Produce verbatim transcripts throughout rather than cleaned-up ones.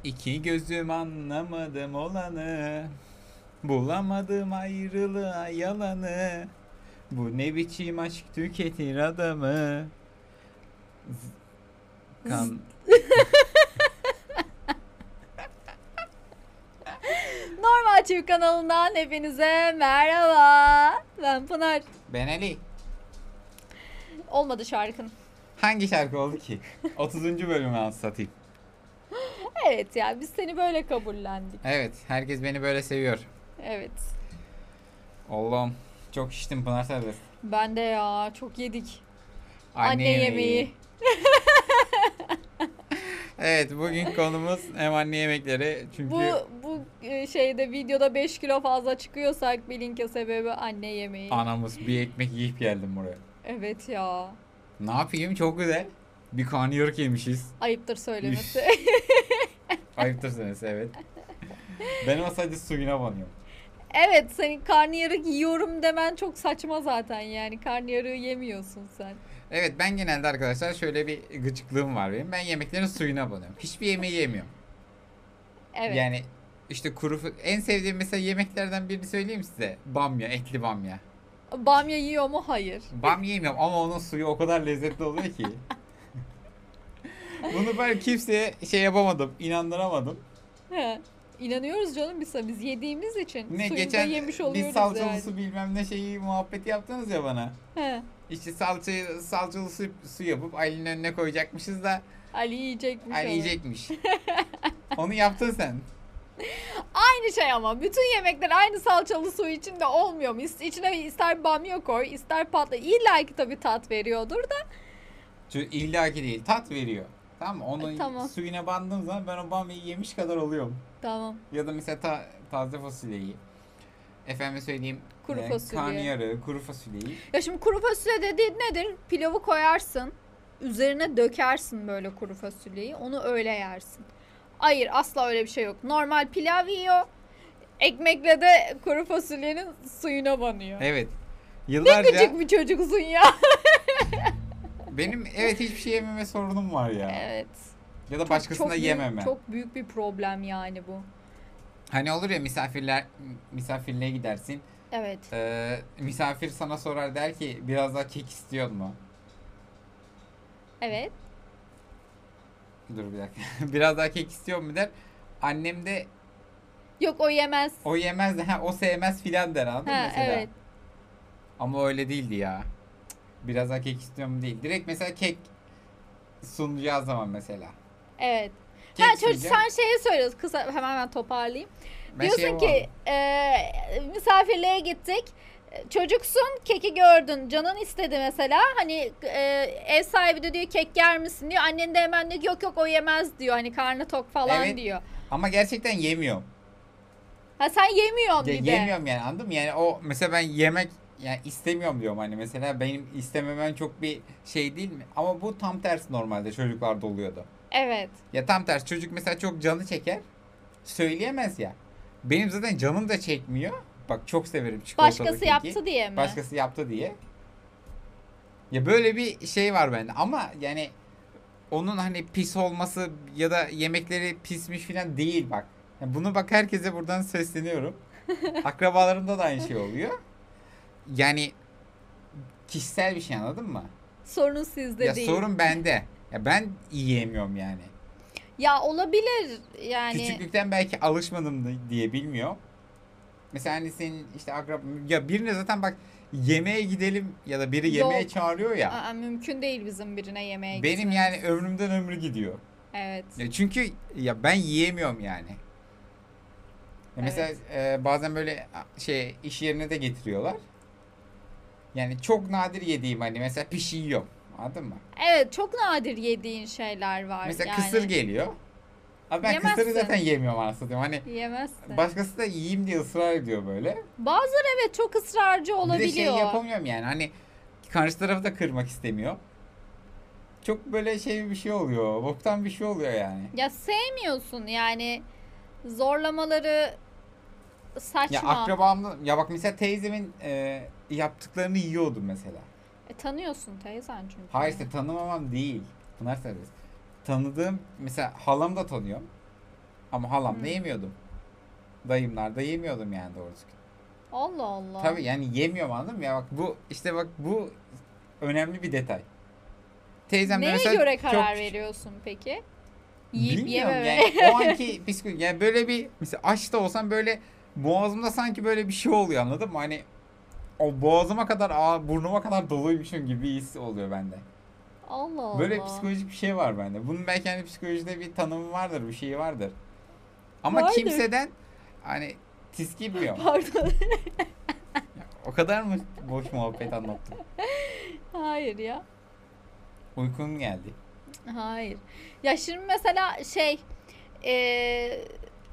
İki gözüm anlamadım olanı. Bulamadım ayrılığa yalanı. Bu ne biçim aşk tüketir adamı. Kan... Normal Çift kanalından hepinize merhaba. Ben Pınar. Ben Ali. Olmadı şarkın. Hangi şarkı oldu ki? otuzuncu bölümü anlatayım. Evet ya biz seni böyle kabullendik. Evet, herkes beni böyle seviyor. Evet. Allah'ım, çok içtim Pınar Serbest. Ben de ya çok yedik. Anne, Anne, yemeği. yemeği. Evet, bugün konumuz hem anne yemekleri çünkü... Bu bu e, şeyde videoda beş kilo fazla çıkıyorsak bilin ki sebebi anne yemeği. Anamız bir ekmek yiyip geldim buraya. Evet ya. Ne yapayım, çok güzel. Bir karnıyarık yemişiz. Ayıptır söylemesi. Ayıptır senesi, evet. Ben ama sadece suyuna banıyorum. Evet, senin karnıyarık yiyorum demen çok saçma zaten yani. Karnıyarığı yemiyorsun sen. Evet, ben genelde arkadaşlar şöyle bir gıcıklığım var benim. Ben yemeklerin suyuna banıyorum. Hiçbir yemeği yemiyorum. Evet. Yani işte kuru fı- en sevdiğim mesela yemeklerden birini söyleyeyim size. Bamya, etli bamya. Bamya yiyor mu? Hayır. Bamya yemiyorum ama onun suyu o kadar lezzetli oluyor ki. Bunu ben kimseye şey yapamadım, inandıramadım. He. İnanıyoruz canım biz, biz yediğimiz için. Ne Suyunu da geçen yemiş biz oluyoruz salçalı yani. su bilmem ne şeyi muhabbeti yaptınız ya bana. He. İşte salçayı salçalı su, su yapıp Ali'nin önüne koyacakmışız da Ali yiyecekmiş Ali ama. yiyecekmiş. Onu yaptın sen. Aynı şey ama bütün yemekler aynı salçalı su içinde olmuyor mu? İs- İçine ister bamya koy, ister patla. İlla ki tabii tat veriyordur da. Çünkü illaki değil, tat veriyor. Tamam mı? Onun E, tamam. suyuna bandığım zaman ben o bamyayı yemiş kadar oluyorum. Tamam. Ya da mesela ta, taze fasulyeyi. Efendim söyleyeyim. Kuru e, fasulye. Karnıyarığı, kuru fasulyeyi. Ya şimdi kuru fasulye dediğin nedir? Pilavı koyarsın. Üzerine dökersin böyle kuru fasulyeyi. Onu öyle yersin. Hayır, asla öyle bir şey yok. Normal pilav yiyor. Ekmekle de kuru fasulyenin suyuna banıyor. Evet. Ne Yıllarca gıcık bir çocuksun ya. benim evet hiçbir şey yememe sorunum var ya. Evet. Ya da Çok- başkasına çok büyük- yememe. Çok büyük bir problem yani bu. Hani olur ya misafirler misafirliğe gidersin. Evet. Ee, misafir sana sorar der ki biraz daha kek istiyor mu? Evet. Dur bir dakika. Biraz daha kek istiyor mu der. Annem de Yok, o yemez. o yemez de ha, o sevmez filan der, anladın mı Ha, mesela? evet. Ama öyle değildi ya. Biraz daha kek istiyor mu değil. Direkt mesela kek sunacağı zaman mesela. Evet. Kek Ha çocuk, sunacağım. sen şeyi söylüyorsun. Kısa hemen ben toparlayayım. Ben şey Diyorsun yapamam. ki e, misafirliğe gittik. E, Çocuksun, keki gördün, canın istedi mesela. Hani e, ev sahibi de diyor kek yer misin diyor. Annen de hemen diyor yok yok o yemez diyor. Hani karnı tok falan Evet. diyor. Ama gerçekten yemiyorum. Ha sen yemiyorsun Ya, bir de. yemiyorum yani, anladın mı? Yani o mesela ben yemek yani istemiyorum diyorum, hani mesela benim istememen çok bir şey değil mi? Ama bu tam tersi normalde çocuklarda oluyordu. Evet. Ya tam tersi, çocuk mesela çok canı çeker, söyleyemez ya. Benim zaten canım da çekmiyor. Bak çok severim çikolatalı Başkası keki. yaptı diye mi? Başkası yaptı diye. Ya böyle bir şey var bende ama yani onun hani pis olması ya da yemekleri pismiş falan değil bak. Yani bunu bak herkese buradan sesleniyorum. Akrabalarımda da aynı şey oluyor. Yani kişisel bir şey, anladın mı? Sorun sizde Ya değil. sorun bende. Ya ben yiyemiyorum yani. Ya olabilir yani. Küçüklükten belki alışmadım da- diye bilmiyorum. Mesela hani senin işte akrab ya birine zaten bak yemeğe gidelim ya da biri yemeğe Yok. çağırıyor ya. Aa, mümkün değil bizim birine yemeğe Benim gitmemiz. yani ömrümden ömrü gidiyor. Evet. Ya çünkü ya ben yiyemiyorum yani. Ya mesela e, bazen böyle şey iş yerine de getiriyorlar. Yani çok nadir yediğim hani mesela pişi yiyorum. Anladın mı? Evet, çok nadir yediğin şeyler var Mesela yani. kısır geliyor. Abi ben Yemezsin. kısırı zaten yemiyorum aslında diyorum. Hani Yemezsin. başkası da yiyeyim diye ısrar ediyor böyle. Bazıları evet çok ısrarcı Bir olabiliyor. de şey yapamıyorum yani, hani karşı tarafı da kırmak istemiyor. Çok böyle şey bir şey oluyor. Boktan bir şey oluyor yani. Ya sevmiyorsun yani, zorlamaları saçma. Ya akrabamda ya bak mesela teyzemin e, yaptıklarını yiyordum mesela. E, tanıyorsun teyzen çünkü. Hayır işte tanımamam değil. Pınar serbest. Tanıdığım mesela halam da tanıyorum. Ama halam da Hmm. yemiyordum. Dayımlar da yemiyordum yani doğru düzgün. Allah Allah. Tabii yani yemiyorum, anladın mı? Ya bak bu işte bak bu önemli bir detay. Teyzem de Neye mesela göre çok karar küçük- veriyorsun peki? Yiyip Bilmiyorum yememe. yani o anki psikoloji yani böyle bir mesela aç da olsam böyle boğazımda sanki böyle bir şey oluyor, anladın mı? Hani o boğazıma kadar aa, burnuma kadar doluymuşum gibi bir his oluyor bende. Allah Böyle Allah. psikolojik bir şey var bende. Bunun belki hani psikolojide bir tanımı vardır, bir şeyi vardır. Ama Vardır. kimseden hani tiskilmiyorum. Pardon. O kadar mı boş muhabbet anlattım? Hayır ya. Uykum geldi. Hayır. Ya şimdi mesela şey eee,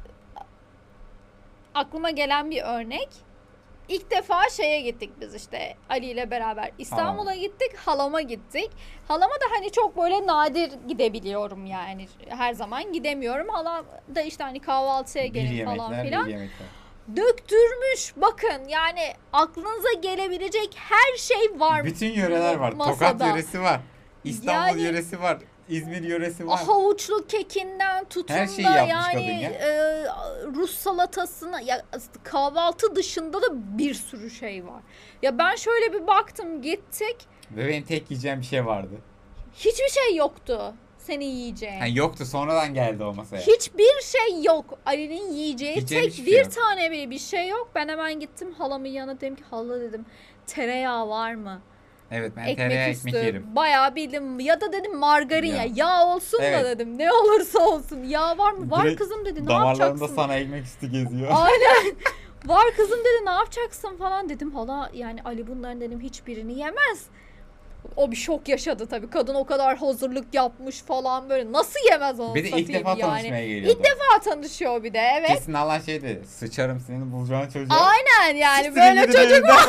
aklıma gelen bir örnek. İlk defa şeye gittik biz işte Ali ile beraber. İstanbul'a gittik, halama gittik. Halama da hani çok böyle nadir gidebiliyorum yani. Her zaman gidemiyorum. Halam da işte hani kahvaltıya Bir gelin falan yemekler, filan. bir yemekler. Döktürmüş bakın yani aklınıza gelebilecek her şey var. Bütün yöreler var. Tokat masada. yöresi var. İstanbul Yani- yöresi var. İzmir yöresi var. Havuçlu kekinden tutun Her da şeyi yapmış yani kadın ya. e, Rus salatasına ya kahvaltı dışında da bir sürü şey var. Ya ben şöyle bir baktım gittik Ve benim tek yiyeceğim bir şey vardı. hiçbir şey yoktu senin yiyeceğin. Ha, yoktu, sonradan geldi o masaya. Hiçbir şey yok. Ali'nin yiyeceği Yiyeceğim tek hiçbir bir şey yok. tane bile bir şey yok. Ben hemen gittim halamın yanına dedim ki hala dedim tereyağı var mı? Evet, ben Ekmek tereyağı üstü. ekmek yerim. Bayağı bildim ya da dedim margarin ya. Ya. Yağ olsun Evet. da dedim. Ne olursa olsun. Yağ var mı? Var Direkt kızım dedi. Ne Damarlarında yapacaksın? sana ekmek üstü geziyor. Aynen. Var kızım dedi. Ne yapacaksın falan dedim. Hala yani Ali bunların dedim hiçbirini yemez. O bir şok yaşadı tabii. Kadın o kadar hazırlık yapmış falan böyle. Nasıl yemez onu Bir de ilk satayım defa yani. tanışmaya geliyordu. İlk defa tanışıyor bir de evet. Kesin Allah şey dedi. Sıçarım senin bulacağın çocuğa. Aynen yani Siktir böyle gidin çocuk evden.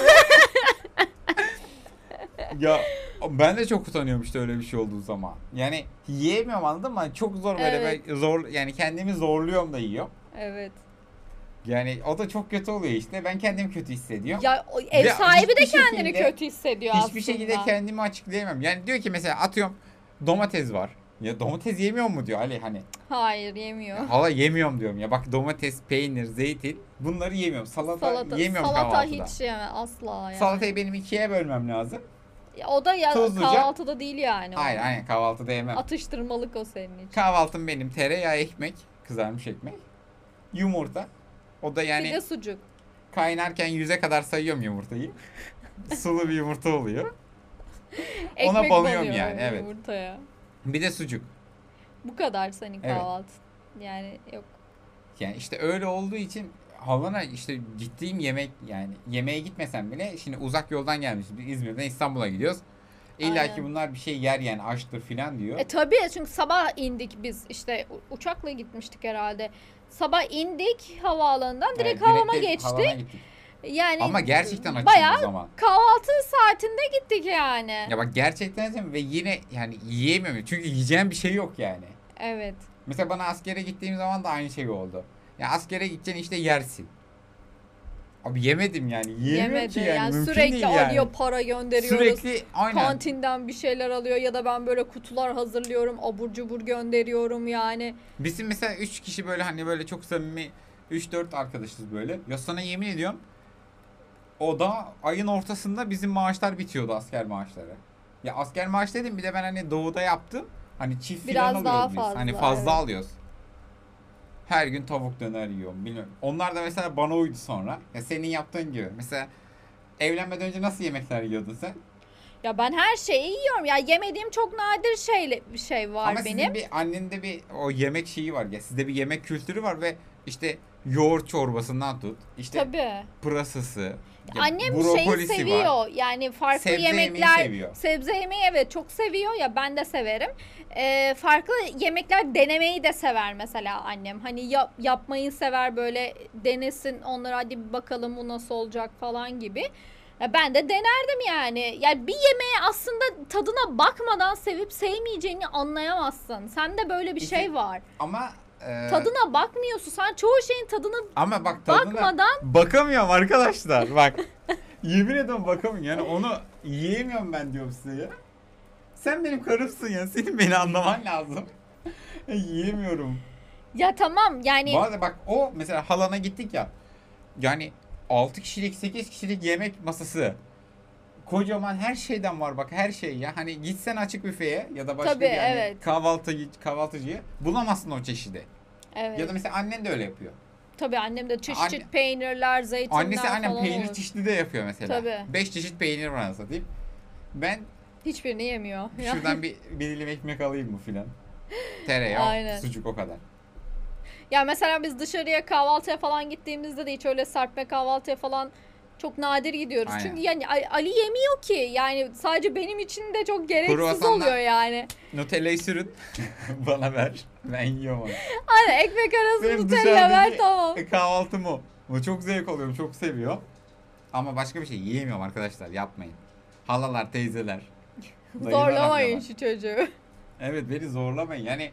Ya ben de çok utanıyorum işte öyle bir şey olduğu zaman. Yani yiyemiyorum, anladın mı? Hani çok zor böyle Evet. ben zor yani kendimi zorluyorum da yiyorum. Evet. Yani o da çok kötü oluyor işte. Ben kendimi kötü hissediyorum. Ya o ev Ve sahibi de hiçbir kendini şekilde- kötü hissediyor aslında. Hiçbir şekilde kendimi açıklayamam. Yani diyor ki mesela atıyorum domates var. Ya domates yemiyor mu diyor Ali, hani. Hayır yemiyor. Hala yemiyorum diyorum ya. Bak domates, peynir, zeytin bunları yemiyorum. Salata, Salata, yemiyorum salata kahvaltıda. hiç yeme asla yani. Salatayı benim ikiye bölmem lazım. Ya o da ya Tuzluca- kahvaltıda değil yani. o. Hayır, aynen kahvaltıda yemem. Atıştırmalık o senin için. Kahvaltım benim tereyağı ekmek, kızarmış ekmek, yumurta. O da Bir yani de sucuk. kaynarken yüze kadar sayıyorum yumurtayı. Sulu bir yumurta oluyor. Ekmek Ona banıyorum banıyor yani, evet. Yumurtaya. Bir de sucuk. Bu kadar senin Evet. kahvaltın. Yani yok. Yani işte öyle olduğu için halana işte gittiğim yemek, yani yemeğe gitmesem bile şimdi uzak yoldan gelmişiz. Biz İzmir'den İstanbul'a gidiyoruz. İlla ki Aynen. bunlar bir şey yer yani açtır filan diyor. E tabii çünkü sabah indik biz işte u- uçakla gitmiştik herhalde. Sabah indik havaalanından Evet, direkt havama de geçtik. halana gittik. Yani Ama gerçekten açım bayağı o zaman. kahvaltı saatinde gittik yani. Ya bak gerçekten açım ve yine yani yiyemiyorum. Çünkü yiyeceğim bir şey yok yani. Evet. Mesela bana askere gittiğim zaman da aynı şey oldu. Ya askere gideceksin işte yersin. Abi yemedim yani. Yiyemiyorum Yemedi ki yani. yani Mümkün sürekli değil yani. alıyor para gönderiyoruz. Sürekli aynen. Kantinden bir şeyler alıyor ya da ben böyle kutular hazırlıyorum abur cubur gönderiyorum yani. Bizim mesela üç kişi böyle hani böyle çok samimi üç dört arkadaşız böyle. Ya sana yemin ediyorum o da ayın ortasında bizim maaşlar bitiyordu, asker maaşları. Ya asker maaş dedim bir de ben hani doğuda yaptım. Hani çift Biraz filan daha alıyoruz biz. fazla, Hani fazla evet. alıyoruz. Her gün tavuk döner yiyorum bilmiyorum. Onlar da mesela bana uydu sonra. Ya senin yaptığın gibi. Mesela evlenmeden önce nasıl yemekler yiyordun sen? Ya ben her şeyi yiyorum ya yemediğim çok nadir şey bir şey var Ama benim. sizin bir annende bir o yemek şeyi var ya. Sizde bir yemek kültürü var ve işte yoğurt çorbasından tut. İşte Tabii. pırasası. ya Annem şeyi brokolisi seviyor. var. Yani farklı Sebze yemeği yemekler seviyor. sebze yemeği evet çok seviyor ya ben de severim. Ee, farklı yemekler denemeyi de sever mesela annem. Hani yap, yapmayı sever böyle denesin onları hadi bir bakalım bu nasıl olacak falan gibi. Ya ben de denerdim yani. Yani bir yemeğe aslında tadına bakmadan sevip sevmeyeceğini anlayamazsın. Sende böyle bir İşte- şey var. Ama e, Tadına bakmıyorsun. Sen çoğu şeyin tadını ama bak tadına bakmadan bakamıyorum arkadaşlar. Bak. Yemin ediyorum bakamıyorum. Yani onu yiyemiyorum ben diyorum size ya. Sen benim karımsın ya. Senin beni anlaman lazım. Yiyemiyorum. Ya tamam yani Bu arada bak o mesela halana gittik ya. Yani altı kişilik sekiz kişilik yemek masası. Kocaman her şeyden var bak her şey ya. Hani gitsen açık büfeye ya da başka tabii bir hani evet. kahvaltı kahvaltıcıya bulamazsın o çeşidi. Evet. Ya da mesela annen de öyle yapıyor. Tabii annem de çeşit Anne- çeşit peynirler, zeytinler Annesi annem falan peynir olur. çeşidi de yapıyor mesela. Tabii. beş çeşit peynir var anasını satayım. Ben Hiçbirini yemiyor. şuradan bir, bir dilim ekmek alayım mı filan. Tereyağı, Aynen. sucuk o kadar. Ya mesela biz dışarıya kahvaltıya falan gittiğimizde de hiç öyle serpme kahvaltıya falan çok nadir gidiyoruz. Aynen. Çünkü yani A- Ali yemiyor ki. Yani sadece benim için de çok gereksiz Kruvasanla- oluyor yani. Nutella'yı sürün. Bana ver. Ben yiyorum onu. Hani ekmek arası Benim Nutella ver dışarıdaki tamam. kahvaltım o. Ama çok zevk alıyorum. Çok seviyorum. Ama başka bir şey yiyemiyorum arkadaşlar. Yapmayın. Halalar, teyzeler. dayılar, Zorlamayın amcalar. şu çocuğu. Evet beni zorlamayın. Yani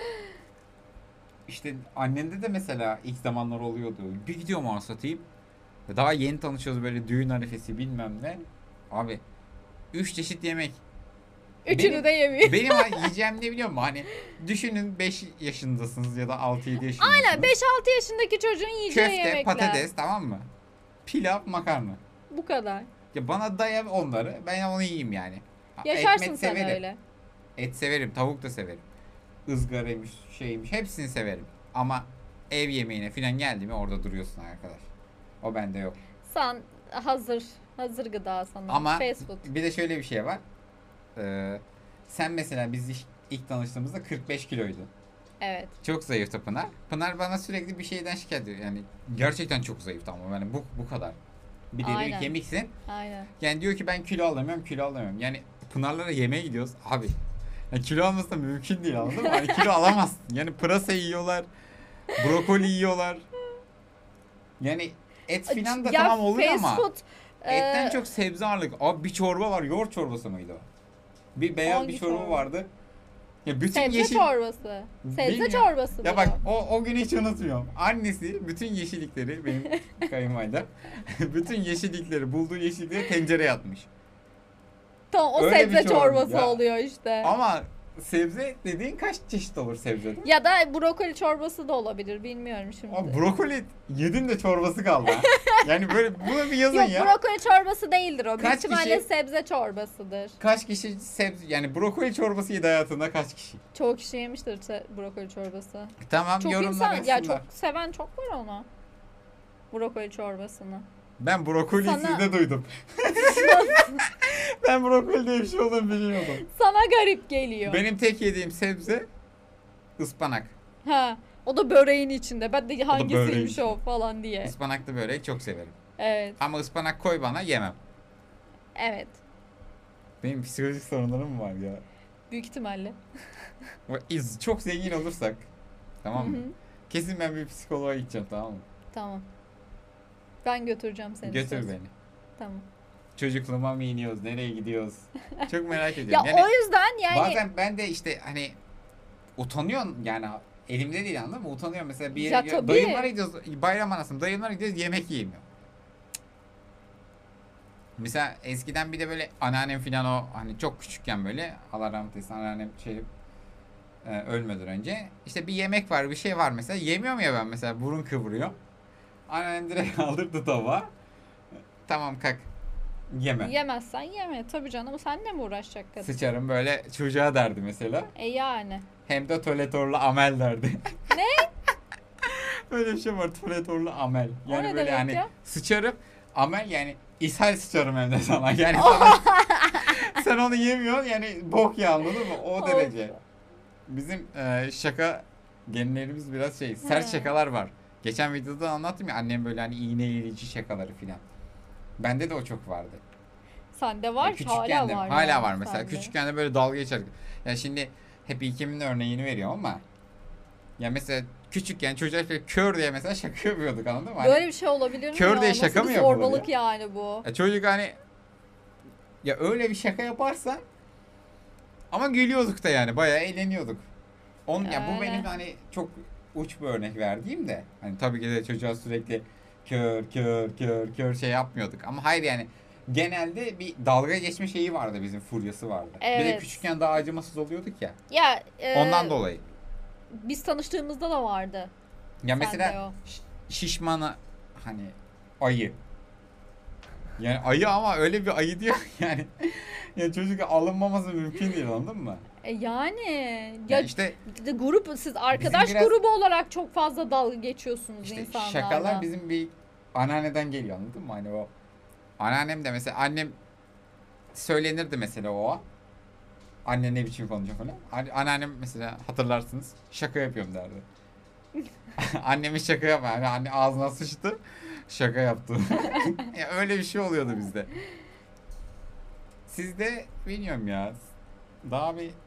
işte annende de mesela ilk zamanlar oluyordu. Bir gidiyorum anasını satayım. Daha yeni tanışıyoruz böyle düğün arifesi bilmem ne. Abi üç çeşit yemek. Üçünü Benim- de yemiyor. Benim yiyeceğim ne biliyor musun? Hani düşünün beş yaşındasınız ya da altı yedi yaşındasınız. Aynen beş altı yaşındaki çocuğun yiyeceği Köfte, yemekler. patates tamam mı? Pilav, makarna. Bu kadar. Ya bana daya onları. Ben onu yiyeyim yani. Yaşarsın Ekmek sen severim. öyle. Et severim. Tavuk da severim. Izgaraymış, şeymiş. Hepsini severim. Ama ev yemeğine falan geldi mi orada duruyorsun arkadaş. O bende yok. Sen hazır hazır gıda sana. Ama Fast food. bir de şöyle bir şey var. Ee, sen mesela biz ilk- ilk tanıştığımızda kırk beş kiloydun. Evet. Çok zayıftı Pınar. Pınar bana sürekli bir şeyden şikayet ediyor. Yani gerçekten çok zayıftı ama yani bu bu kadar. Bir deri bir Aynen. kemiksin. Aynen. Yani diyor ki ben kilo alamıyorum, kilo alamıyorum. Yani Pınar'lara yemeğe gidiyoruz. Abi yani kilo alması da mümkün değil anladın mı? Hani kilo alamazsın. Yani pırasa yiyorlar, brokoli yiyorlar. Yani et filan da Ya tamam oluyor fast ama food, etten e, çok sebze ağırlık. Abi bir çorba var, yoğurt çorbası mıydı o? Bir beyaz Hangi bir çorba çorba? vardı. Ya bütün sebze yeşil... çorbası. Sebze Bilmiyorum. çorbası. Ya bak o, o günü hiç unutmuyorum. Annesi bütün yeşillikleri benim kayınvalidem bütün yeşillikleri bulduğu yeşillikleri tencereye atmış. Tamam o Öyle bir sebze çorba. çorbası Ya. oluyor işte. Ama sebze dediğin kaç çeşit olur sebzede? Ya da brokoli çorbası da olabilir bilmiyorum şimdi. Abi brokoli yedin de çorbası kaldı. ha. Yani böyle bunu bir yazın Yok ya. brokoli çorbası değildir o. Büyük Kaç ihtimalle kişi- sebze çorbasıdır. Kaç kişi sebze yani brokoli çorbası yedi hayatında kaç kişi? Çoğu kişi yemiştir se- brokoli çorbası. Tamam Çok yorumlar insan ya yapsınlar. çok seven çok var onu. Brokoli çorbasını. Ben brokoli Sana- sizde duydum. Ben brokoli diye bir şey olduğunu bilmiyordum. Sana garip geliyor. Benim tek yediğim sebze ıspanak. Ha. O da böreğin içinde. Ben de böreğin hangisiymiş içinde. o falan diye. Ispanaklı börek çok severim. Evet. Ama ıspanak koy bana yemem. Evet. Benim psikolojik sorunlarım var ya. Büyük ihtimalle. Ve iz- Çok zengin olursak tamam mı? Hı hı. Kesin ben bir psikoloğa gideceğim tamam mı? Tamam. Ben götüreceğim seni. Götür söz. beni. Tamam. Çocukluğuma mı iniyoruz? Nereye gidiyoruz? Çok merak Ya ediyorum. Yani o yüzden yani bazen ben de işte hani utanıyorum yani elimde değil anladın mı? Utanıyorum mesela bir Ya yere tabii. dayımlara gidiyoruz bayram anasını dayımlara gidiyoruz yemek yiyemiyor. Mesela eskiden bir de böyle anneannem filan o hani çok küçükken böyle Allah rahmet eylesin anneannem şey e, ölmeden önce işte bir yemek var bir şey var mesela yemiyorum ya ben mesela burun kıvırıyor. Anneannem direkt aldırdı tabağı. Tamam kalk yeme. yemezsen yeme. Tabii canım senle mi uğraşacak kadın? Sıçarım böyle çocuğa derdi mesela. E yani. Hem de toletorlu amel derdi. Ne? Böyle bir şey var toletorlu amel. O Yani ne böyle demek hani ya? sıçarım amel yani ishal sıçarım hem de sana. Yani sana, sen onu yemiyorsun yani bok ya anladın mı? O Of. derece. Bizim e, şaka genlerimiz biraz şey sert He. şakalar var. Geçen videoda anlattım ya annem böyle hani iğneleyici şakaları filan. Bende de o çok vardı. Sende var Ya ki küçükken hala de, var. hala yani var mesela. sende. Küçükken de böyle dalga geçerdik. Ya şimdi hep İlkem'in örneğini veriyorum ama ya mesela küçükken çocuğa böyle kör diye mesela şaka yapıyorduk anladın mı? Hani, Böyle bir şey olabilir mi kör ya? diye Nasıl şaka bir mı yapılır zorbalık yani bu? ya çocuk hani ya öyle bir şaka yaparsan ama gülüyorduk da yani bayağı eğleniyorduk. On, ya bu Yani. benim hani çok uç bir örnek verdiğim de hani tabii ki de çocuğa sürekli kör kör kör kör şey yapmıyorduk ama hayır yani genelde bir dalga geçme şeyi vardı bizim furyası vardı. Bir de Evet. küçükken daha acımasız oluyorduk ya. Ya e, Ondan dolayı. biz tanıştığımızda da vardı. Ya Sende mesela o. ş- şişmanı hani ayı. Yani ayı ama öyle bir ayı diyor yani. Ya çocuk alınmaması mümkün değil, anladın mı? E yani Ya ya işte de grup siz arkadaş biraz- grubu olarak çok fazla dalga geçiyorsunuz işte insanlarla. şakalar bizim bir anneanneden geliyor, anladın mı? Hani o anneannem de mesela, annem söylenirdi mesela o. Anne ne biçim konuşuyor falan. Anne- Anneannem mesela hatırlarsınız şaka yapıyorum derdi. Annemiz şaka yapma. Yani anne ağzına sıçtı. Şaka yaptı. Ya öyle bir şey oluyordu bizde. Sizde bilmiyorum ya. Daha bir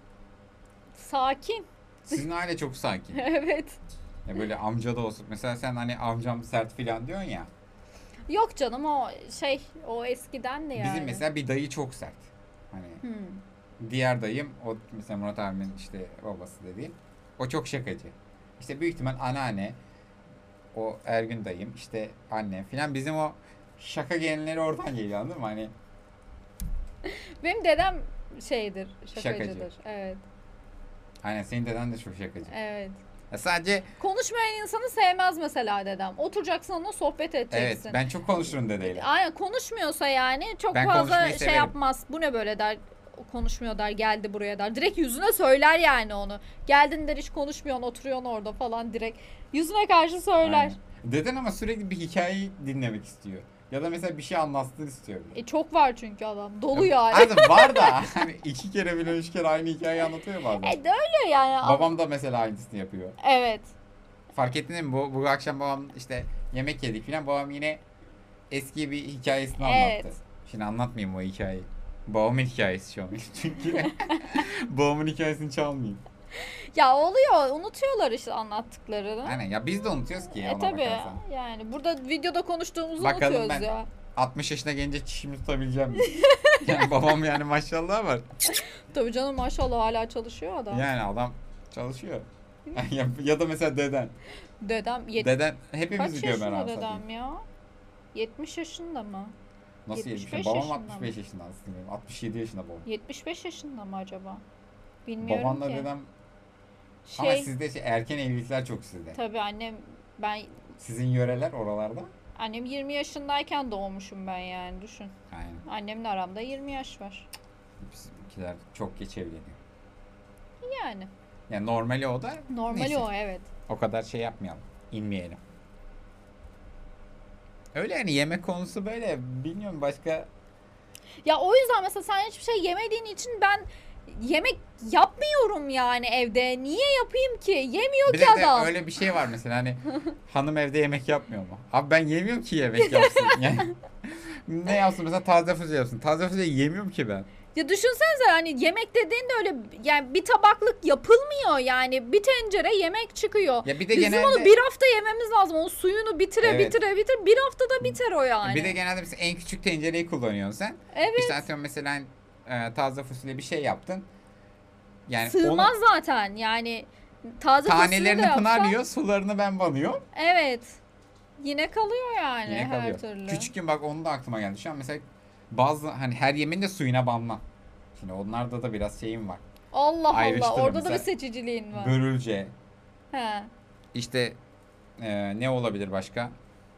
Sakin. sizin aile çok sakin. Evet. Ya böyle amca da olsun. Mesela sen hani amcam sert filan diyorsun ya. Yok canım o şey o eskiden de yani. Bizim mesela bir dayı çok sert. Hani Hmm. diğer dayım o mesela Murat abimin işte babası dediğim. O çok şakacı. İşte büyük ihtimal anneanne, o Ergün dayım, işte annem filan, bizim o şaka genleri oradan geliyor, anladın mı? Hani Benim dedem şeydir, şakacıdır. Şakacı. Evet. aynen senin deden de çok şakacı. Evet. Ya sadece Konuşmayan insanı sevmez mesela dedem. Oturacaksın onunla sohbet evet, edeceksin. ben çok konuşurum dedeyle. Aynen konuşmuyorsa yani çok Ben fazla konuşmayı şey severim. yapmaz. Bu ne böyle der. Konuşmuyor der, geldi buraya der. Direkt yüzüne söyler yani onu. Geldin der, hiç konuşmuyorsun, oturuyorsun orada falan direkt. Yüzüne karşı söyler. Aynen. Deden ama sürekli bir hikayeyi dinlemek istiyor. Ya da mesela bir şey anlatsın istiyor. E çok var çünkü adam. Dolu yani. Artık var da hani iki kere bile üç kere aynı hikayeyi anlatıyor bazen. E de öyle yani. Babam da mesela aynısını yapıyor. Evet. Fark ettin mi? Bu, bu akşam babam işte yemek yedik falan. Babam yine eski bir hikayesini Evet. anlattı. Şimdi anlatmayayım o hikayeyi. Babamın hikayesi şu an. Çünkü babamın hikayesini çalmayayım. Ya oluyor. Unutuyorlar işte anlattıklarını. Aynen ya, biz de unutuyoruz ki E ona tabii. bakarsan. Yani burada videoda konuştuğumuzu Bakalım unutuyoruz ben- ya. altmış yaşına gelince çişimi tutabileceğim mi? Yani babam yani maşallah var. Tabii canım maşallah hala çalışıyor adam. Yani adam çalışıyor. ya, ya da mesela deden. Dedem yet- Deden kaç hepimizi gömer yaşında abi dedem satayım. ya? yetmiş yaşında mı? Nasıl yetmiş yetmiş? beş Babam yaşında altmış beş mı? yaşında aslında. altmış yedi yaşında babam. yetmiş beş yaşında mı acaba? Bilmiyorum Babanla ki. dedem ama Şey, sizde şey, erken evlilikler çok sizde. tabii annem ben Sizin yöreler oralarda. annem yirmi yaşındayken doğmuşum ben yani düşün. Aynen. Annemle aramda yirmi yaş var. Bizimkiler çok geç evleniyor. Yani Yani normali o da. normali neyse. o evet. O kadar şey yapmayalım. İnmeyelim. Öyle yani, yemek konusu böyle. Bilmiyorum başka. Ya o yüzden mesela sen hiçbir şey yemediğin için ben yemek yapmıyorum yani evde. Niye yapayım ki? Yemiyor Bir ki de, de adam. öyle bir şey var mesela, hani hanım evde yemek yapmıyor mu? Abi ben yemiyorum ki yemek yapsın. Yani ne yapsın mesela, taze fasulye yapsın. Taze fasulye yemiyorum ki ben. Ya düşünsenize hani yemek dediğinde öyle yani bir tabaklık yapılmıyor yani bir tencere yemek çıkıyor. Ya bir de Bizim genelde onu bir hafta yememiz lazım. Onun suyunu bitire Evet. bitire bitire bir haftada biter o yani. bir de genelde mesela en küçük tencereyi kullanıyorsun sen. Evet. İşte atıyorum mesela e, taze fasulye bir şey yaptın. Yani Sığmaz onu zaten yani taze fasulye de tanelerini yapsan. Pınar yiyor, sularını ben banıyorum. Evet. Yine kalıyor yani Yine her kalıyor. türlü. Küçükken bak, onu da aklıma geldi. Şu an mesela bazı hani her yemeğin de suyuna banma. Şimdi onlarda da biraz şeyim var. Allah Allah. Ayrıştırma Orada da bir mesela. seçiciliğin var. Börülce, He. işte e, ne olabilir başka?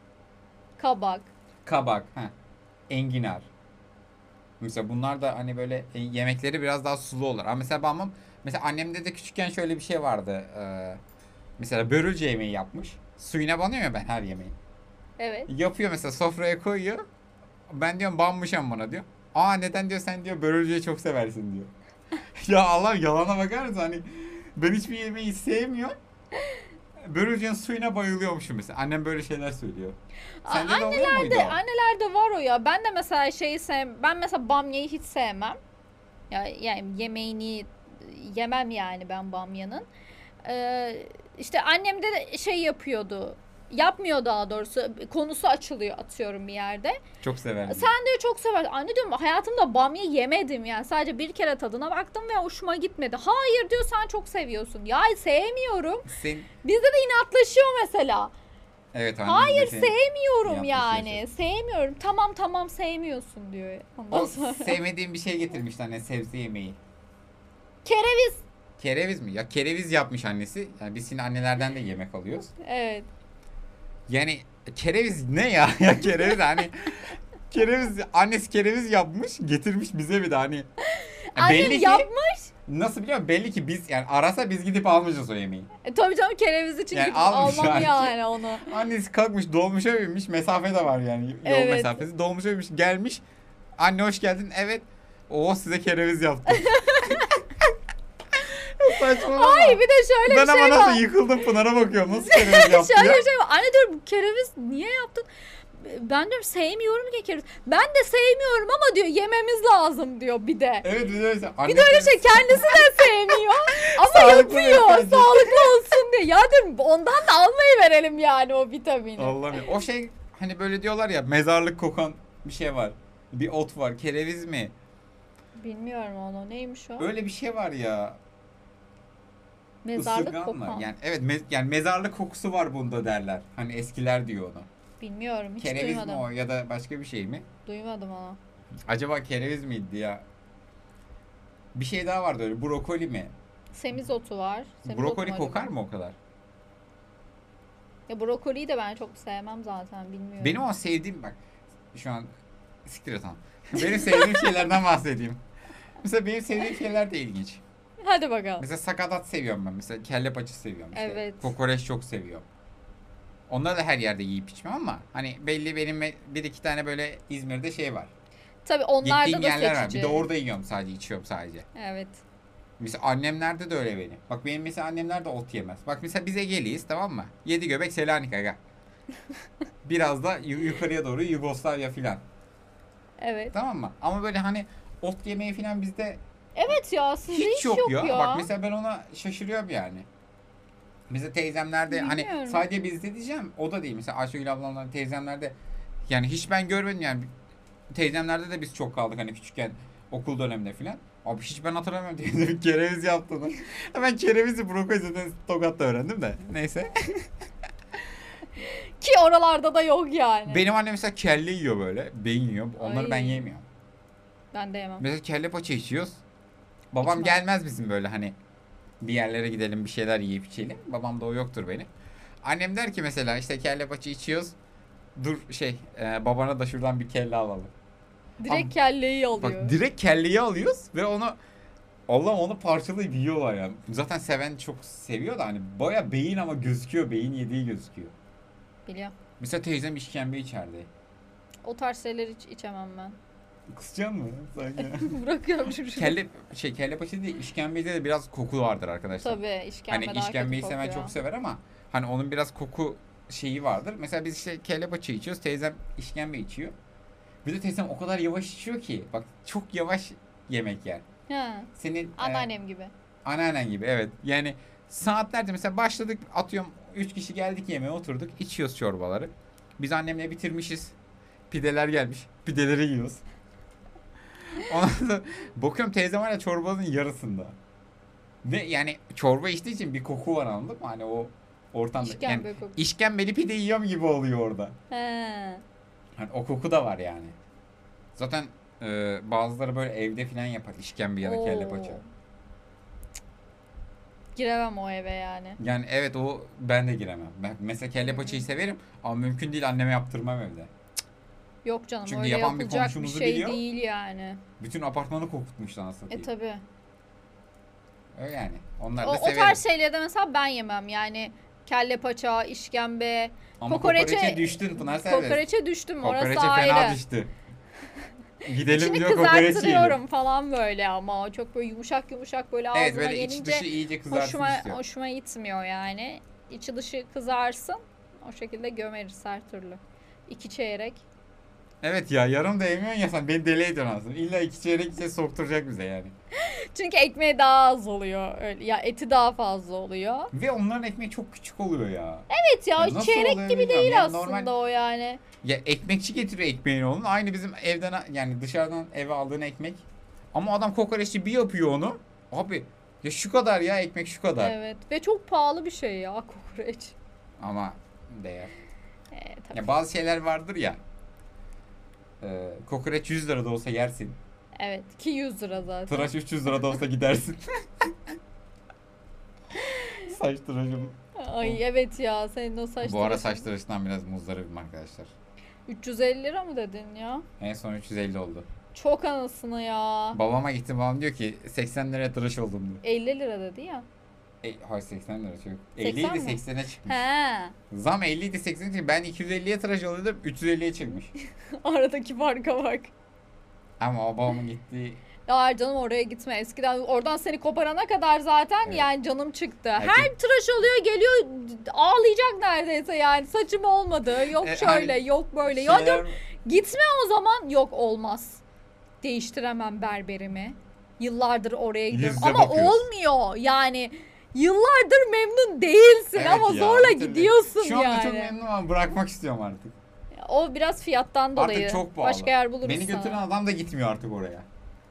Kabak. Kabak, heh, enginar. Mesela bunlar da hani böyle e, yemekleri biraz daha sulu olur. Ama mesela babam, mesela annemde de küçükken şöyle bir şey vardı. E, mesela börülce yemeği yapmış. Suyuna banıyor ya ben her yemeği. Evet. Yapıyor mesela, sofraya koyuyor. Ben diyorum banmışam bana diyor. Aa neden diyor, sen diyor börülceyi çok seversin diyor. Ya Allah, yalana bakar mısın, hani ben hiçbir yemeği sevmiyorum. Börülcenin suyuna bayılıyormuşum mesela. Annem böyle şeyler söylüyor. Sende de oluyor muydu De, o? annelerde var o ya. Ben de mesela şeyi sev ben mesela bamyayı hiç sevmem. Ya yani yemeğini yemem yani ben bamyanın. Ee, işte annem de şey yapıyordu. Yapmıyor daha doğrusu. Konusu açılıyor atıyorum bir yerde. Çok severim. Sen diyor çok sever. Anne diyorum hayatımda bamya yemedim yani. Sadece bir kere tadına baktım ve hoşuma gitmedi. Hayır diyor, sen çok seviyorsun. Ya sevmiyorum. Sen... Bizde de inatlaşıyor mesela. Evet annem Hayır de seni- sevmiyorum Yapmışsın yani. Sevmiyorum. Tamam tamam sevmiyorsun diyor. Ondan O sonra. sevmediğim bir şey getirmişti anne, sebze yemeği. Kereviz. Kereviz mi? Ya kereviz yapmış annesi. Yani biz şimdi annelerden de yemek alıyoruz. Evet. Yani kereviz ne ya? Ya kereviz hani kereviz annesi kereviz yapmış, getirmiş bize bir de hani. Ya Annem belli ki yapmış. nasıl biliyor musun? Belli ki biz yani arasa biz gidip almışız o yemeği. E, tabii canım kereviz için Yani gidip almış almam yani. yani onu. Annesi kalkmış dolmuşa binmiş, mesafe de var yani yol Evet. mesafesi. Dolmuşa binmiş, gelmiş. Anne hoş geldin. Evet. O size kereviz yaptı. Saçmalama. Ay bir de şöyle Ben bir ama şey nasıl var. yıkıldım Pınar'a bakıyorum. Nasıl kereviz yaptı Şöyle ya? bir şey var. Anne diyorum kereviz niye yaptın? Ben diyorum sevmiyorum ki kereviz. Ben de sevmiyorum ama diyor yememiz lazım diyor bir de. Evet bir de öyle. Bir de öyle şey kendisi de sevmiyor ama Sağlıklı yapıyor beslenecek. sağlıklı olsun diye. Ya diyorum ondan da almayı verelim yani o vitamini. Allah'ım ya. O şey hani böyle diyorlar ya mezarlık kokan bir şey var. Bir ot var. Kereviz mi? Bilmiyorum onu neymiş o? Öyle bir şey var ya. Mezarlık Isırgan mı? kokan. Yani evet me- yani mezarlık kokusu var bunda derler. Hani eskiler diyor onu. Bilmiyorum hiç Kereviz mi duymadım. o ya da başka bir şey mi? Duymadım onu. Acaba kereviz miydi ya? Bir şey daha vardı öyle. Brokoli mi? Semizotu var. Semizotu Brokoli mu kokar acaba? mı o kadar? Ya brokoliyi de ben çok sevmem zaten bilmiyorum. Benim o sevdiğim bak şu an siktir et lan. Benim sevdiğim şeylerden bahsedeyim. Mesela benim sevdiğim şeyler de ilginç. Hadi bakalım. Mesela sakatat seviyorum ben. Mesela kelle paça seviyorum işte. Evet. Kokoreç çok seviyorum. Onları da her yerde yiyip içmem ama hani belli benim bir iki tane böyle İzmir'de şey var. Tabii onlarda Gittiğim da yerler var. seçici. Bir de orada yiyorum sadece, içiyorum sadece. Evet. Mesela annemlerde de öyle benim. Bak benim mesela annemler de ot yemez. Bak mesela biz Ege'liyiz tamam mı? Yedi göbek Selanik aga. Biraz da yu- yukarıya doğru Yugoslavya filan. Evet. Tamam mı? Ama böyle hani ot yemeği filan bizde Evet ya sizde hiç, hiç, yok, ya. ya. Bak mesela ben ona şaşırıyorum yani. Mesela teyzemlerde hani Bilmiyorum. sadece bizde diyeceğim o da değil. Mesela Ayşegül ablamların teyzemlerde yani hiç ben görmedim yani. Teyzemlerde de biz çok kaldık hani küçükken okul döneminde filan. Abi hiç ben hatırlamıyorum teyzemin kereviz yaptığını. Ben kerevizi brokoli zaten Tokat'ta öğrendim de. Neyse. Ki oralarda da yok yani. Benim annem mesela kelle yiyor böyle. Beyin yiyor. Onları Ay. ben yemiyorum. Ben de yemem. Mesela kelle paça içiyoruz. Babam İçmem. gelmez bizim böyle hani bir yerlere gidelim bir şeyler yiyip içelim. Babam da o yoktur benim. Annem der ki mesela işte kelle paça içiyoruz. Dur şey e, babana da şuradan bir kelle alalım. Direkt Ama- kelleyi alıyor. Bak direkt kelleyi alıyoruz ve onu Allah onu parçalayıp yiyorlar yani. Zaten seven çok seviyor da hani baya beyin ama gözüküyor. Beyin yediği gözüküyor. Biliyorum. Mesela teyzem işkembe içerdi. O tarz şeyler hiç içemem ben. Kısacaksın mı? Sanki. Bırakıyorum şu şu. kelle şey kelle paça değil işkembede de biraz koku vardır arkadaşlar. Tabii işkembe Hani daha işkembeyi kötü seven kokuyor. çok sever ama hani onun biraz koku şeyi vardır. Mesela biz işte kelle paça içiyoruz. Teyzem işkembe içiyor. Bir de teyzem o kadar yavaş içiyor ki. Bak çok yavaş yemek yer. Ha. Senin e, Anneannem gibi. anneannen gibi evet. Yani saatlerce mesela başladık atıyorum üç kişi geldik yemeğe oturduk içiyoruz çorbaları. Biz annemle bitirmişiz. Pideler gelmiş. Pideleri yiyoruz. Ondan sonra bakıyorum teyzem hala çorbanın yarısında. Ve yani çorba içtiği için bir koku var anladın mı? Hani o ortamda. İşkembe yani kokusu. işkembeli pide yiyorum gibi oluyor orada. He. Hani o koku da var yani. Zaten e, bazıları böyle evde falan yapar işkembe ya da kelle Oo. paça. Giremem o eve yani. Yani evet o ben de giremem. Ben mesela kelle paçayı severim ama mümkün değil anneme yaptırmam evde. Yok canım Çünkü öyle yapan bir yapılacak bir komşumuzu şey biliyor. değil yani. Bütün apartmanı kokutmuşlar anasını E satayım. tabi. Öyle yani. Onlar O, da o severim. tarz şeyleri de mesela ben yemem yani. Kelle paça, işkembe. Ama kokoreçe- kokoreçe düştün Pınar Serbest. Kokoreçe düştüm orası Kokoreçe fena ayrı. düştü. Gidelim İçini diyor kokoreç yiyelim. kızarttırıyorum falan böyle ama o çok böyle yumuşak yumuşak böyle ağzına Evet böyle iç gelince dışı iyice kızarsın hoşuma, istiyor. hoşuma gitmiyor yani. İçi dışı kızarsın. O şekilde gömeriz her türlü. İki çeyrek. Evet ya yarım da yemiyorsun ya sen beni deli ediyorsun aslında. İlla iki çeyrek şey sokturacak bize yani. Çünkü ekmeği daha az oluyor. Öyle. Ya eti daha fazla oluyor. Ve onların ekmeği çok küçük oluyor ya. Evet ya, Ya hiç nasıl çeyrek oluyor gibi bilmiyorum. değil Yani aslında normal- o yani. Ya ekmekçi getiriyor ekmeğini onun. Aynı bizim evden yani dışarıdan eve aldığın ekmek. Ama adam kokoreççi bir yapıyor onu. Abi ya şu kadar ya ekmek şu kadar. Evet ve çok pahalı bir şey ya kokoreç. Ama değer. Ee, tabii. Ya bazı şeyler vardır ya. E, kokoreç yüz lira da olsa yersin. Evet ki yüz lira zaten. Tıraş üç yüz lira da olsa gidersin. saç tıraşım. Ay evet ya, senin o saç Bu ara tıraşın- saç tıraşından biraz muzdaribim arkadaşlar. üç yüz elli lira mı dedin ya? En son üç yüz elli oldu. Çok anasını ya. Babama gittim, babam diyor ki seksen liraya tıraş oldum diyor. elli lira dedi ya. E, hayır seksen lira çok. seksen elli idi mi? seksene çıkmış. He. Zam elli idi seksene çıkmış. Ben iki yüz elliye tıraş oluyordum, üç yüz elliye çıkmış. Aradaki farka bak. Ama o babamın gittiği Ya canım, oraya gitme. Eskiden oradan seni koparana kadar zaten Evet. yani canım çıktı. Erkek- Her tıraş oluyor, geliyor ağlayacak neredeyse yani. Saçım olmadı. Yok E, şöyle, hani yok böyle. Ya şeyler- diyorum, gitme o zaman. Yok, olmaz. Değiştiremem berberimi. Yıllardır oraya gidiyorum. Yüz yüze Ama bakıyoruz. olmuyor. Yani yıllardır memnun değilsin Evet ama ya, zorla bir türlü. gidiyorsun Şu anda yani. çok memnunum ama bırakmak istiyorum artık. O biraz fiyattan dolayı. Artık çok pahalı. Başka yer buluruz Beni sana. götüren adam da gitmiyor artık oraya.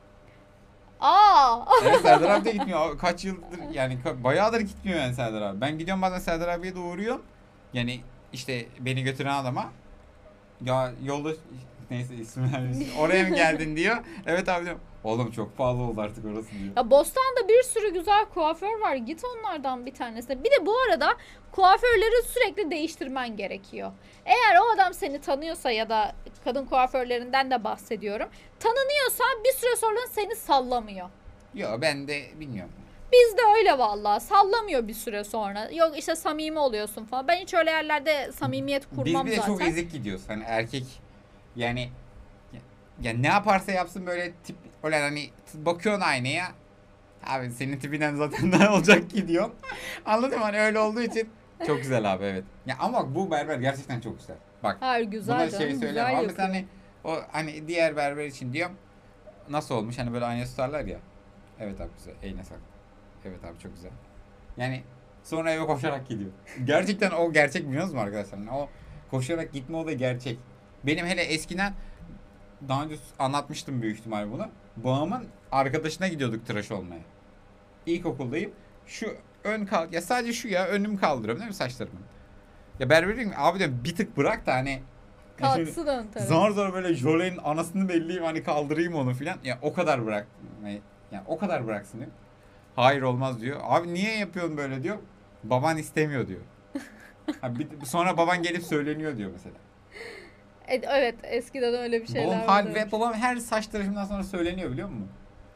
Aa! Evet, Serdar abi de gitmiyor. Kaç yıldır yani ka- bayağıdır gitmiyor yani Serdar abi. Ben gidiyorum bazen Serdar abiye de uğruyorum. Yani işte beni götüren adama ya yolda neyse isim vermiş. Oraya mı geldin diyor. Evet abi diyorum. Oğlum çok pahalı oldu artık orası diyor. Ya Bostan'da bir sürü güzel kuaför var. Git onlardan bir tanesine. Bir de bu arada kuaförleri sürekli değiştirmen gerekiyor. Eğer o adam seni tanıyorsa ya da kadın kuaförlerinden de bahsediyorum. Tanınıyorsa bir süre sonra seni sallamıyor. Yok ben de bilmiyorum. Bizde öyle vallahi, sallamıyor bir süre sonra. Yok işte samimi oluyorsun falan. Ben hiç öyle yerlerde samimiyet kurmam Biz bir de zaten. çok ezik gidiyoruz. Hani erkek yani ya, ya ne yaparsa yapsın böyle tip öyle hani t- bakıyorsun aynaya. Abi senin tipinden zaten ne olacak ki diyorum. Anladın mı? Hani öyle olduğu için çok güzel abi, evet. Ya ama bu berber gerçekten çok güzel. Bak Hayır, güzel buna canım, şey güzel söyleyemem. Ama yapıyor. mesela hani o hani diğer berber için diyorum. Nasıl olmuş? Hani böyle aynaya tutarlar ya. Evet abi güzel. Eline sağlık. Evet abi çok güzel. Yani sonra eve koşarak gidiyor. Gerçekten o gerçek, biliyor musunuz arkadaşlar? Yani o koşarak gitme olayı gerçek. Benim hele eskiden daha önce anlatmıştım büyük ihtimal bunu. Babamın arkadaşına gidiyorduk tıraş olmaya. İlkokuldayım. Şu ön kal ya sadece şu ya önüm kaldırıyorum değil mi saçlarımın? Ya berber diyorum ki, abi diyorum bir tık bırak da hani ya şöyle Kalksın ön tarafı. zar zor böyle jölenin anasını belleyeyim hani kaldırayım onu filan. Ya o kadar bırak. Yani, yani o kadar bıraksın diyor. Hayır olmaz diyor. Abi niye yapıyorsun böyle diyor. Baban istemiyor diyor. Ha, bir, sonra baban gelip söyleniyor diyor mesela. E, Evet, eskiden öyle bir şeyler Babam hal vardı. ve babam her saç tıraşımdan sonra söyleniyor, biliyor musun?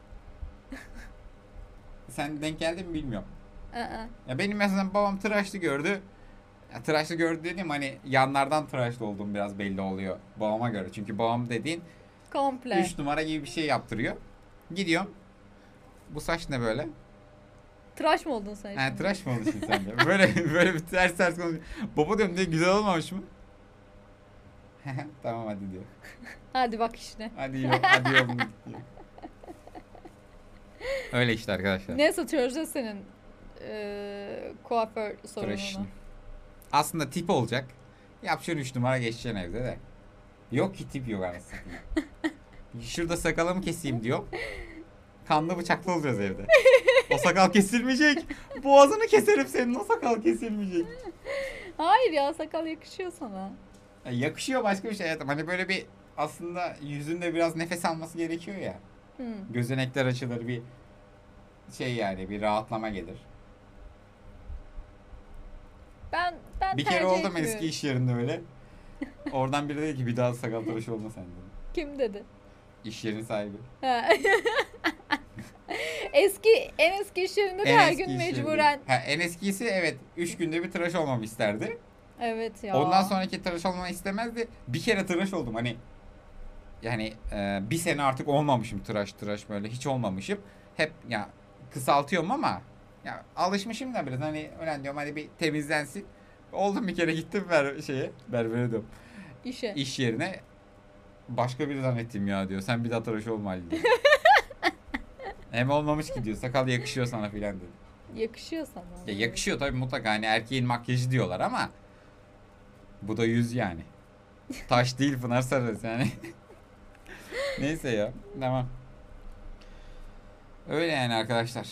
Sen denk geldin mi bilmiyorum. Aa. Ya benim mesela babam tıraşlı gördü. Ya tıraşlı gördü dediğim hani yanlardan tıraşlı olduğum biraz belli oluyor babama göre. Çünkü babam dediğin Komple. üç numara gibi bir şey yaptırıyor. Gidiyorum. Bu saç ne böyle? Tıraş mı oldun sen Ha, şimdi? tıraş mı oldu şimdi sende? Böyle böyle bir ters ters konuşuyor. Baba diyorum ne güzel olmamış mı? Tamam hadi diyor. Hadi bak işine. Hadi yok hadi yolunu git diyor. Öyle işte arkadaşlar. Neyse, çözeceğiz senin eee kuaför Tıraş işini. sorununu. Aslında tip olacak. Yapacaksın üç numara geçeceksin evde de. Yok ki tip yok anasını satayım. Şurada sakalımı keseyim diyor. Kanlı bıçaklı olacağız evde. O sakal kesilmeyecek. Boğazını keserim senin, o sakal kesilmeyecek. Hayır ya, sakal yakışıyor sana. Ya yakışıyor başka bir şey hayatım. Hani böyle bir aslında yüzünde biraz nefes alması gerekiyor ya. Hı. Gözenekler açılır, bir şey yani bir rahatlama gelir. Ben ben Bir kere tercih oldum etmiyorum. eski iş yerinde öyle. Oradan biri dedi ki bir daha sakal tıraşı olma sen dedi. Kim dedi? İş yerinin sahibi. Ha. Eski en eski iş yerinde de En her eski gün iş yerinde. mecburen. Ha, en eskisi evet üç günde bir tıraş olmamı isterdi. Evet ya. Ondan sonraki tıraş olmamı istemezdi. Bir kere tıraş oldum hani. Yani e, bir sene artık olmamışım tıraş tıraş böyle hiç olmamışım. Hep ya kısaltıyorum ama ya alışmışım da biraz hani öyle diyorum hadi bir temizlensin. Oldum bir kere gittim ber şeye berbere diyorum. işe. İş yerine başka biri zannettim ya diyor. Sen bir daha tıraş olma Ali diyor. Hem olmamış ki diyor. Sakal yakışıyor sana filan dedi. Yakışıyor sana. Ya yakışıyor tabii mutlaka hani erkeğin makyajı diyorlar ama bu da yüz yani. Taş değil Pınar Sarız yani. Neyse ya. Tamam. Öyle yani arkadaşlar.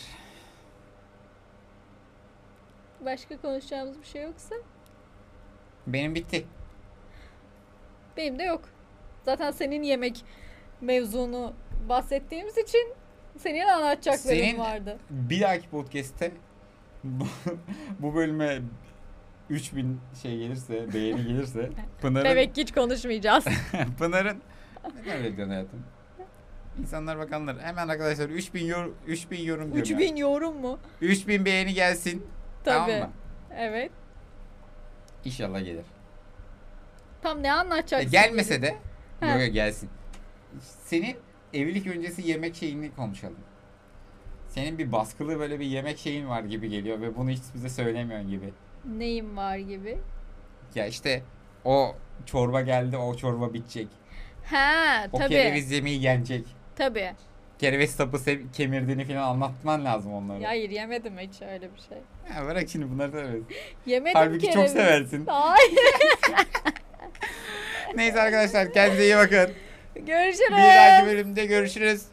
Başka konuşacağımız bir şey yoksa Benim bitti. benim de yok. Zaten senin yemek mevzunu bahsettiğimiz için senin anlatacakların Senin- vardı. Bir dahaki podcast'te bu, bu bölüme üç bin şey gelirse, beğeni gelirse Pınar'ın Demek ki hiç konuşmayacağız. Pınar'ın neden öyle diyorsun hayatım? İnsanlar bakanlar hemen arkadaşlar üç bin yor üç bin yorum diyorum. üç bin yorum mu? üç bin beğeni gelsin. Tamam Tabii. mı? Evet. İnşallah gelir. Tam ne E, anlatacaksın? gelmese de Ha. yok yok gelsin. Senin evlilik öncesi yemek şeyini konuşalım. Senin bir baskılı böyle bir yemek şeyin var gibi geliyor ve bunu hiç bize söylemiyorsun gibi. Neyim var gibi. Ya işte o çorba geldi, o çorba bitecek. Ha, O tabii. kereviz yemeği yenecek. Tabii. Kereviz sapı sev- kemirdiğini falan anlatman lazım onlara. Ya hayır, yemedim hiç öyle bir şey. Ya bırak şimdi bunları da evet. Yemedim Halbuki çok kereviz. seversin. Hayır. Neyse arkadaşlar kendinize iyi bakın. Görüşürüz. Bir dahaki bölümde görüşürüz.